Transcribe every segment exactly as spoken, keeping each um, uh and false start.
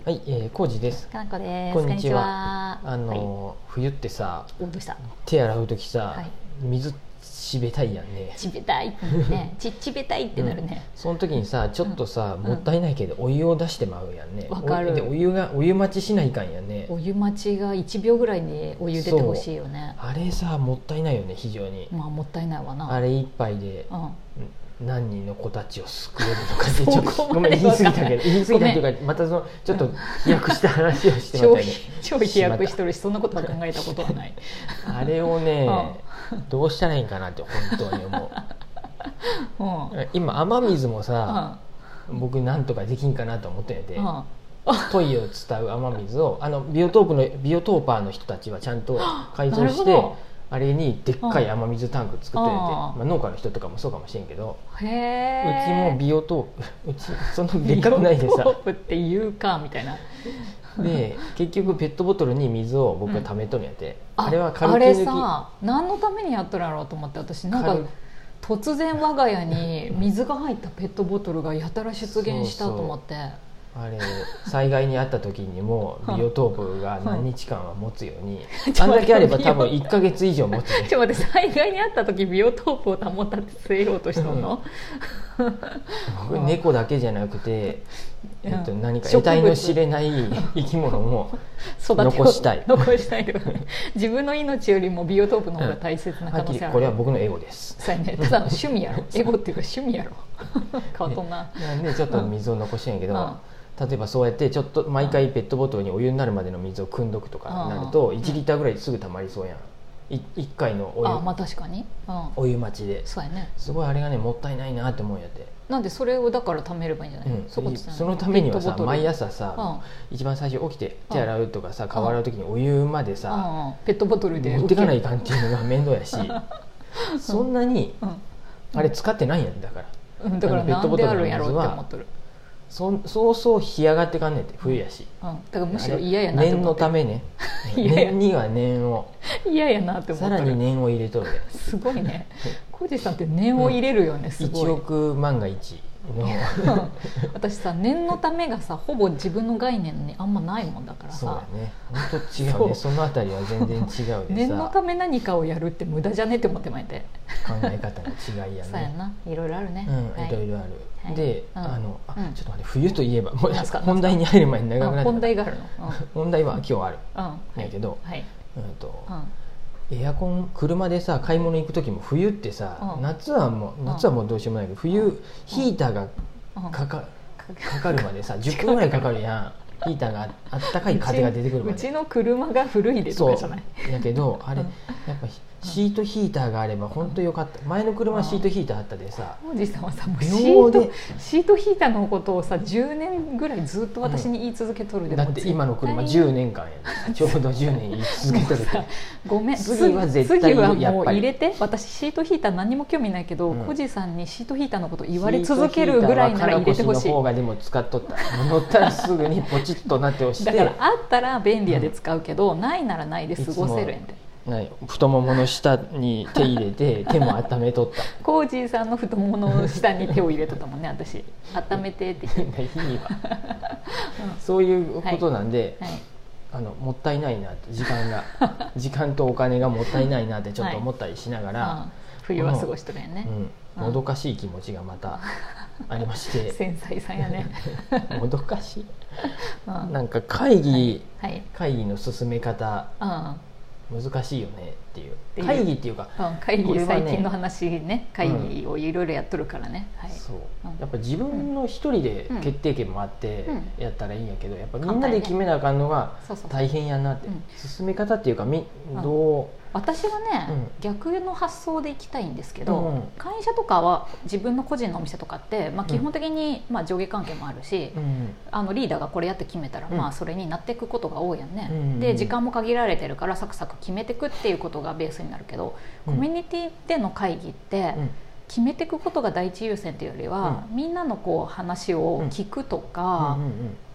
はい、えー、コウジです。 かなこです。 こんにちは。 こんにちは。 あの、はい、冬ってさ、 おどうした？ 手洗うときさ、 はい、 水しべたいやんね。 ちべたいってね、ちちべたいってなるね。 うん、その時にさ、ちょっとさ、うん、もったいないけどお湯を出してまうやんね。 わかる。 でお湯がお湯待ちしないかんやね。 お湯待ちがいちびょうぐらいにお湯出てほしいよね。 あれさ、もったいないよね、非常に。 まあもったいないわな。 あれ一杯で。うん、何人の子たちを救えるとかでちょっとごめん言い過ぎたけど言い過ぎたっていうかまたそのちょっと飛躍した話をしてましたね。 超飛躍しとるしそんなことは考えたことはない。 あれをね、うん、どうしたらいいかなって本当に思う、うん、今雨水もさ、うん、僕なんとかできんかなと思ってんで、うん、トイを伝う雨水をあのビオトープのビオトーパーの人たちはちゃんと改造してあれにでっかい雨水タンク作ってて、まあ、農家の人とかもそうかもしれんけど、へうちもビオトープうちそんなでっかくないでさビオトープっていうかみたいなで結局ペットボトルに水を僕が溜めとるんやって、 うん、あ, あれは軽あれさ何のためにやっとるんやろうと思って私なんか突然我が家に水が入ったペットボトルがやたら出現したと思ってそうそうあれ災害にあった時にもビオトープが何日間は持つようにあんだけあれば多分いっかげつ以上持つ、ね、 ちょっと待って災害にあった時ビオトープを保たって据えようとしたの僕猫だけじゃなくて、えっと、何か得体の知れない生き物も残したい残したいとか、ね、自分の命よりもビオトープの方が大切な可能性ある、うん、 これは僕のエゴです。 そうやね、ただの趣味やろエゴっていうか趣味やろ変わっとんな、 ね、でちょっと水を残してんやけど、うん例えばそうやってちょっと毎回ペットボトルにお湯になるまでの水を汲んどくとかなるといちリッターぐらいすぐ溜まりそうやん い, いっかいのお湯あ、まあ、確かに、うん、 お湯待ちでそうや、ね、 すごいあれがねもったいないなって思うんやってなんでそれをだから貯めればいいんじゃない、うん、 そ, そのためにはさ毎朝さ、うん、一番最初起きて手洗うとかさ顔洗う時にお湯までさ、 うん、ペットボトルで持ってかないかんっていうのが面倒やしそんなに、うん、あれ使ってないんやんだから、 うん、だからなんであるんやろうって思っとるそそうそう干上がってかんねんって冬やし、 うん、だからむしろ嫌やなって念のためね念には念を嫌やなって思っとるさらに念を入れとるすごいねコウジさんって念を入れるよね、うん、すごいいちおく万が一の私さ念のためがさほぼ自分の概念にあんまないもんだからさそうだね本当違うね そ, そのあたりは全然違うでさ念のため何かをやるって無駄じゃねって思ってまいて考え方の違いやねそうやないろいろあるね、 うん、はい、いろいろある、はい、で、うん、あのあ、うん、ちょっと待って冬といえばもう本題に入る前に長くなって本題があるの、うん、 本題は今日ある、 うん、 やけど、 はいうんとうん、エアコン車でさ買い物行く時も冬ってさ、うん、夏はもう夏はもうどうしようもないけど冬、うん、ヒーターがか か, かかるまでさじゅっぷんぐらいかかるやんヒーターがあったかい風が出てくるまでう, ちうちの車が古いでとかじゃないそうやけどあれ、うん、やっぱシートヒーターがあれば本当よかった、うん、前の車はシートヒーターあったでさおじさんはさもうシートシートヒーターのことをさじゅうねんぐらいずっと私に言い続けとるで、 うん、だって今の車じゅうねんかんやでちょうどじゅうねん言い続けとるってごめん次は絶対次はもう入れて私シートヒーター何も興味ないけど、うん、コジさんにシートヒーターのこと言われ続けるぐらいなら入れてほしい。 の方がでも使っとった乗ったらすぐにポチッとなって押してだからあったら便利やで使うけど、うん、ないならないで過ごせるやんでない太ももの下に手入れて手も温めとったコージーさんの太ももの下に手を入れとったもんね私温めてって言って意味は、うん、そういうことなんで、はいはい、あのもったいないなって時間が時間とお金がもったいないなってちょっと思ったりしながら、はいうん、 冬は過ごしとるよね、 うん、もどかしい気持ちがまたありまして繊細さんやねもどかしい、うん、なんか会議、 はいはい、 会議の進め方、うん難しいよねっていう会議っていうか、 うん、会議、ね、最近の話ね会議をいろいろやっとるからね、 うんはい、そう、うん、やっぱ自分の一人で決定権もあってやったらいいんやけどやっぱみんなで決めなあかんのが大変やなって進め方っていうかみどう私はね、うん、逆の発想でいきたいんですけど、うん、会社とかは自分の個人のお店とかって、まあ、基本的に、まあ、上下関係もあるし、うん、あのリーダーがこれやって決めたら、まあ、それになっていくことが多いやんね、うん、で時間も限られてるからサクサク決めていくっていうことがベースになるけど、コミュニティでの会議って、決めていくことが第一優先というよりは、みんなのこう話を聞くとか、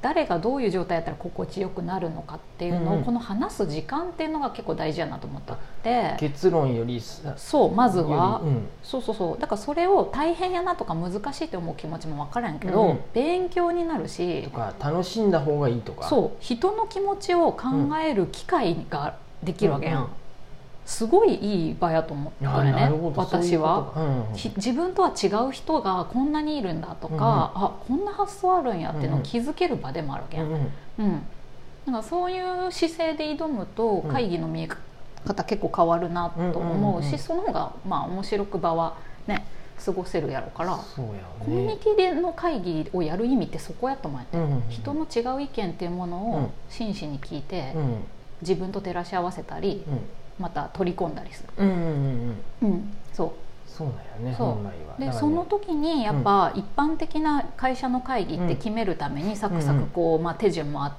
誰がどういう状態だったら心地よくなるのかっていうのを、うん、この話す時間っていうのが結構大事やなと思ったって。 結論よりそうまずは、うん、そうそうそうだからそれを大変やなとか難しいって思う気持ちも分からんけど、うん、勉強になるしとか楽しんだ方がいいとか、 そう人の気持ちを考える機会ができるわけやん、うんうん、すごいいい場やと思ったね私は、うんうん、自分とは違う人がこんなにいるんだとか、うんうん、あこんな発想あるんやっていうのを気づける場でもあるわけやん、うんうんうん、だからそういう姿勢で挑むと会議の見え方結構変わるなと思うし、うんうんうんうん、その方がまあ面白く場はね過ごせるやろから、 そうやね、 コミュニティでの会議をやる意味ってそこやと思って、うんうんうん、人の違う意見っていうものを真摯に聞いて、うんうん、自分と照らし合わせたり、うんまた取り込んだりする、うんうんうんうん、そうそうだよね本来は。 で、 ね、 その時にやっぱ一般的な会社の会議って決めるためにサクサクこう、まあ、手順もあって、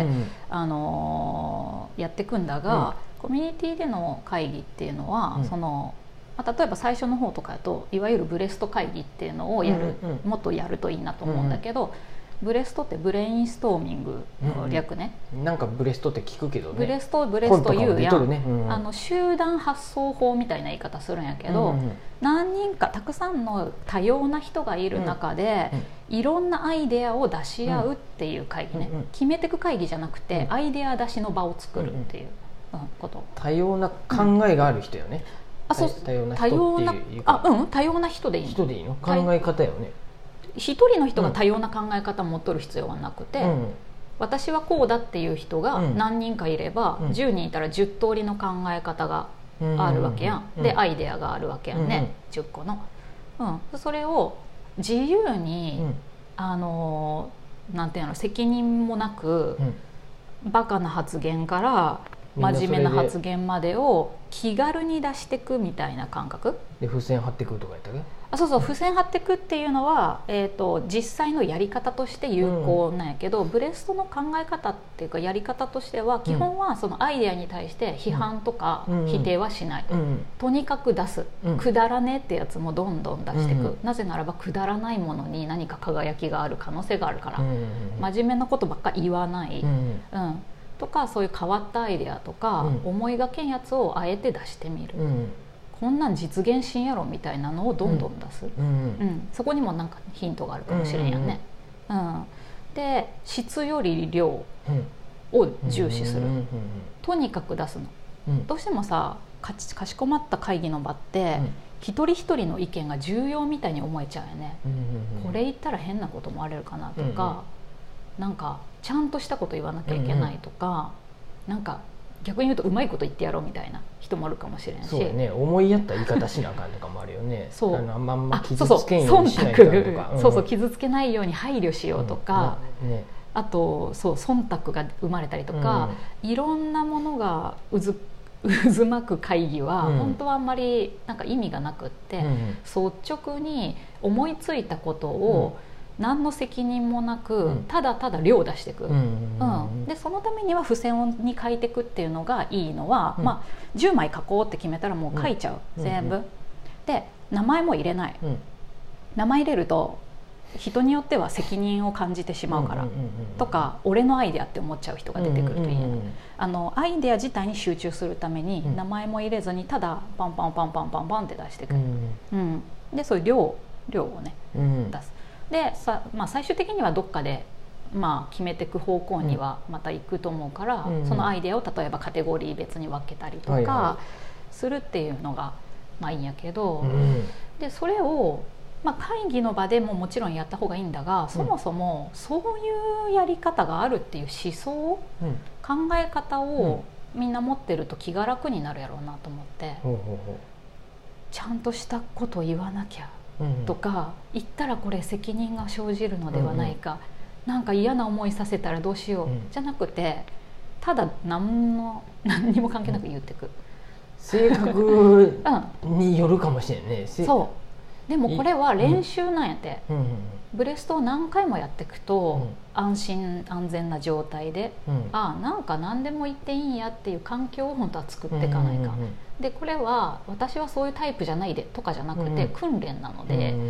うんあのー、やっていくんだが、うん、コミュニティでの会議っていうのは、うん、そのまあ、例えば最初の方とかだといわゆるブレスト会議っていうのをやる、うんうん、もっとやるといいなと思うんだけど、うんうんブレストってブレインストーミングの略ね、 うん、なんかブレストって聞くけどねブレストブレスト言うやん、ねうん、あの集団発想法みたいな言い方するんやけど、うんうん、何人かたくさんの多様な人がいる中で、うんうん、いろんなアイデアを出し合うっていう会議ね、うんうん、決めてく会議じゃなくて、うん、アイデア出しの場を作るっていう、うんうん、こと多様な考えがある人よね、 うん、あそう多様な人っていうかあ、うん、多様な人でいいの人でいいの考え方よね一人の人が多様な考え方を持っとる必要はなくて、うん、私はこうだっていう人が何人かいれば、うん、じゅうにんいたらじゅう通りの考え方があるわけやん、うん、でアイデアがあるわけやんね、うん、じゅっこの、うん、それを自由に、うん、あのなんていうの責任もなく、うん、バカな発言から真面目な発言までを気軽に出していくみたいな感覚で付箋貼ってくるとかやったっけあそうそう付箋貼ってくっていうのは、えーと、実際のやり方として有効なんやけど、うん、ブレストの考え方っていうかやり方としては基本はそのアイデアに対して批判とか否定はしない、うんうん、とにかく出す、うん、くだらねってやつもどんどん出していく、うん、なぜならばくだらないものに何か輝きがある可能性があるから、うん、真面目なことばっか言わない、うんうんとかそういう変わったアイデアとか、うん、思いがけんやつをあえて出してみる、うん、こんなん実現しんやろみたいなのをどんどん出す、うんうん、そこにもなんかヒントがあるかもしれんやね、うんうんうん、で質より量を重視する、うんうんうんうん、とにかく出すの、うん、どうしてもさかし、かしこまった会議の場って、うん、一人一人の意見が重要みたいに思えちゃうよね、うんうんうん、これ言ったら変なこともあれるかなとか、うんうん、なんかちゃんとしたこと言わなきゃいけないとか、うんうん、なんか逆に言うとうまいこと言ってやろうみたいな人もあるかもしれないし、 そうやね、思いやった言い方しなあかんとかもあるよねそうあのあんまあんま傷つけんようにしないとか、 うん、そうそう傷つけないように配慮しようとか、うんね、あとそう忖度が生まれたりとか、うん、いろんなものが渦渦巻く会議は、うん、本当はあんまりなんか意味がなくって、うん、率直に思いついたことを、うん何の責任もなく、うん、ただただ量を出していく、うんうんうん、でそのためには付箋に書いていくっていうのがいいのは、うんまあ、じゅうまい書こうって決めたらもう書いちゃう、うん、全部、うん、で名前も入れない、うん、名前入れると人によっては責任を感じてしまうから、うんうんうんうん、とか俺のアイデアって思っちゃう人が出てくるといい、うんうんうん、あのアイデア自体に集中するために、うん、名前も入れずにただパンパンパンパンパンパンって出していく、うんうんうん、でそういう量量をね、うん、出すでさ、まあ、最終的にはどっかで、まあ、決めていく方向にはまた行くと思うから、うん、そのアイデアを例えばカテゴリー別に分けたりとかするっていうのがまあいいんやけど、うん、でそれを、まあ、会議の場でももちろんやった方がいいんだが、そもそもそういうやり方があるっていう思想、うん、考え方をみんな持ってると気が楽になるやろうなと思って、うん、ちゃんとしたことを言わなきゃとか言ったらこれ責任が生じるのではないか、うんうん、なんか嫌な思いさせたらどうしよう、うん、じゃなくてただ何の何にも関係なく言ってく、うん、 性格によるかもしれないね、うん、 そうでもこれは練習なんやて、うんうんうん、ブレストを何回もやっていくと、うん、安心安全な状態で、うん、あなんか何でも言っていいんやっていう環境を本当は作っていかないか、うんうんうん、でこれは私はそういうタイプじゃないでとかじゃなくて、うん、訓練なので、うん、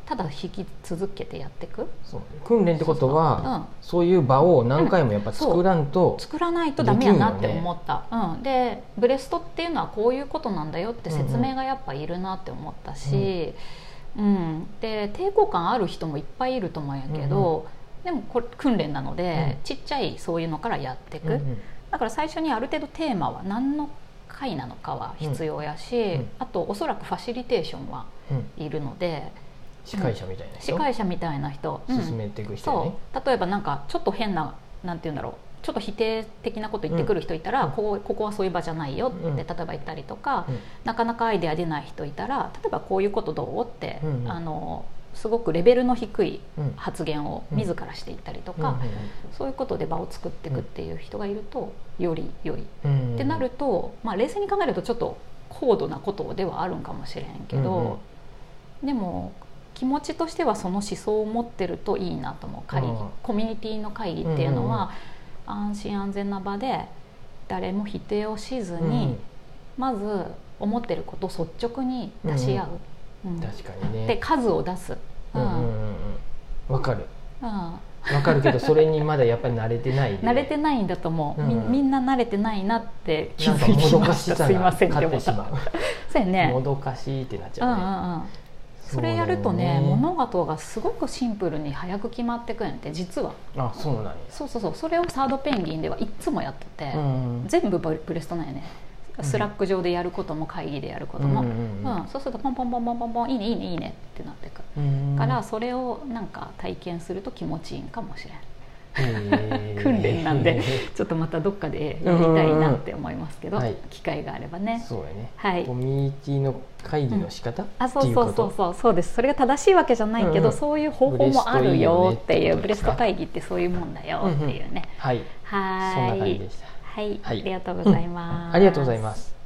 ただ引き続けてやっていく。 そう訓練ってことはそう、うん、そういう場を何回もやっぱ作らんと、 うん、作らないとダメやなって思った、うん、でブレストっていうのはこういうことなんだよって説明がやっぱいるなって思ったし、うんうん、で抵抗感ある人もいっぱいいると思うんやけど、うんうん、でもこれ訓練なので、うん、ちっちゃいそういうのからやっていく、うんうん、だから最初にある程度テーマは何の回なのかは必要やし、うん、あとおそらくファシリテーションはいるので、 うん、司会者みたいな人、 司会者みたいな人、 進めていく人ね、 そう例えばなんかちょっと変ななんて言うんだろうちょっと否定的なこと言ってくる人いたら、うん、こ, ここはそういう場じゃないよって、うん、例えば言ったりとか、うん、なかなかアイデア出ない人いたら例えばこういうことどうって、うんうん、あのすごくレベルの低い発言を自らしていったりとか、うん、そういうことで場を作っていくっていう人がいるとより良い、うん、ってなると、まあ、冷静に考えるとちょっと高度なことではあるんかもしれへんけど、うんうん、でも気持ちとしてはその思想を持ってるといいなと思う会議、うん、コミュニティの会議っていうのは、うんうん、安心安全な場で誰も否定をしずに、うん、まず思ってることを率直に出し合う、 うんうん、確かにねで数を出すわ、うんうんうん、かる、うん、わかるけどそれにまだやっぱり慣れてないで慣れてないんだと思う、うん、み, みんな慣れてないなって気づいてましたすいませんって思ったそうやねもどかしいってなっちゃうね、うんうんうん、 それやるとね物事がすごくシンプルに早く決まってくるんって実はあそうなんやそうそうそうそれをサードペンギンではいっつもやってて、うんうん、全部ブレストなんやねスラック上でやることも会議でやることも、うんうんうん、そうするとポンポンポンポンポンポンいいねいいねいいねってなっていく、うん、からそれをなんか体験すると気持ちいいんかもしれん訓練なんでちょっとまたどっかでやりたいなって思いますけど、はい、機会があればねそうやね、はい、コミュニティの会議の仕方、うん、 あそうそうそうそうそうですそれが正しいわけじゃないけど、うんうん、そういう方法もあるよっていうブレスト会議ってそういうもんだよっていうね、うんうん、 はいはいそんな感じでしたはい、はい、ありがとうございます、 うん、ありがとうございます。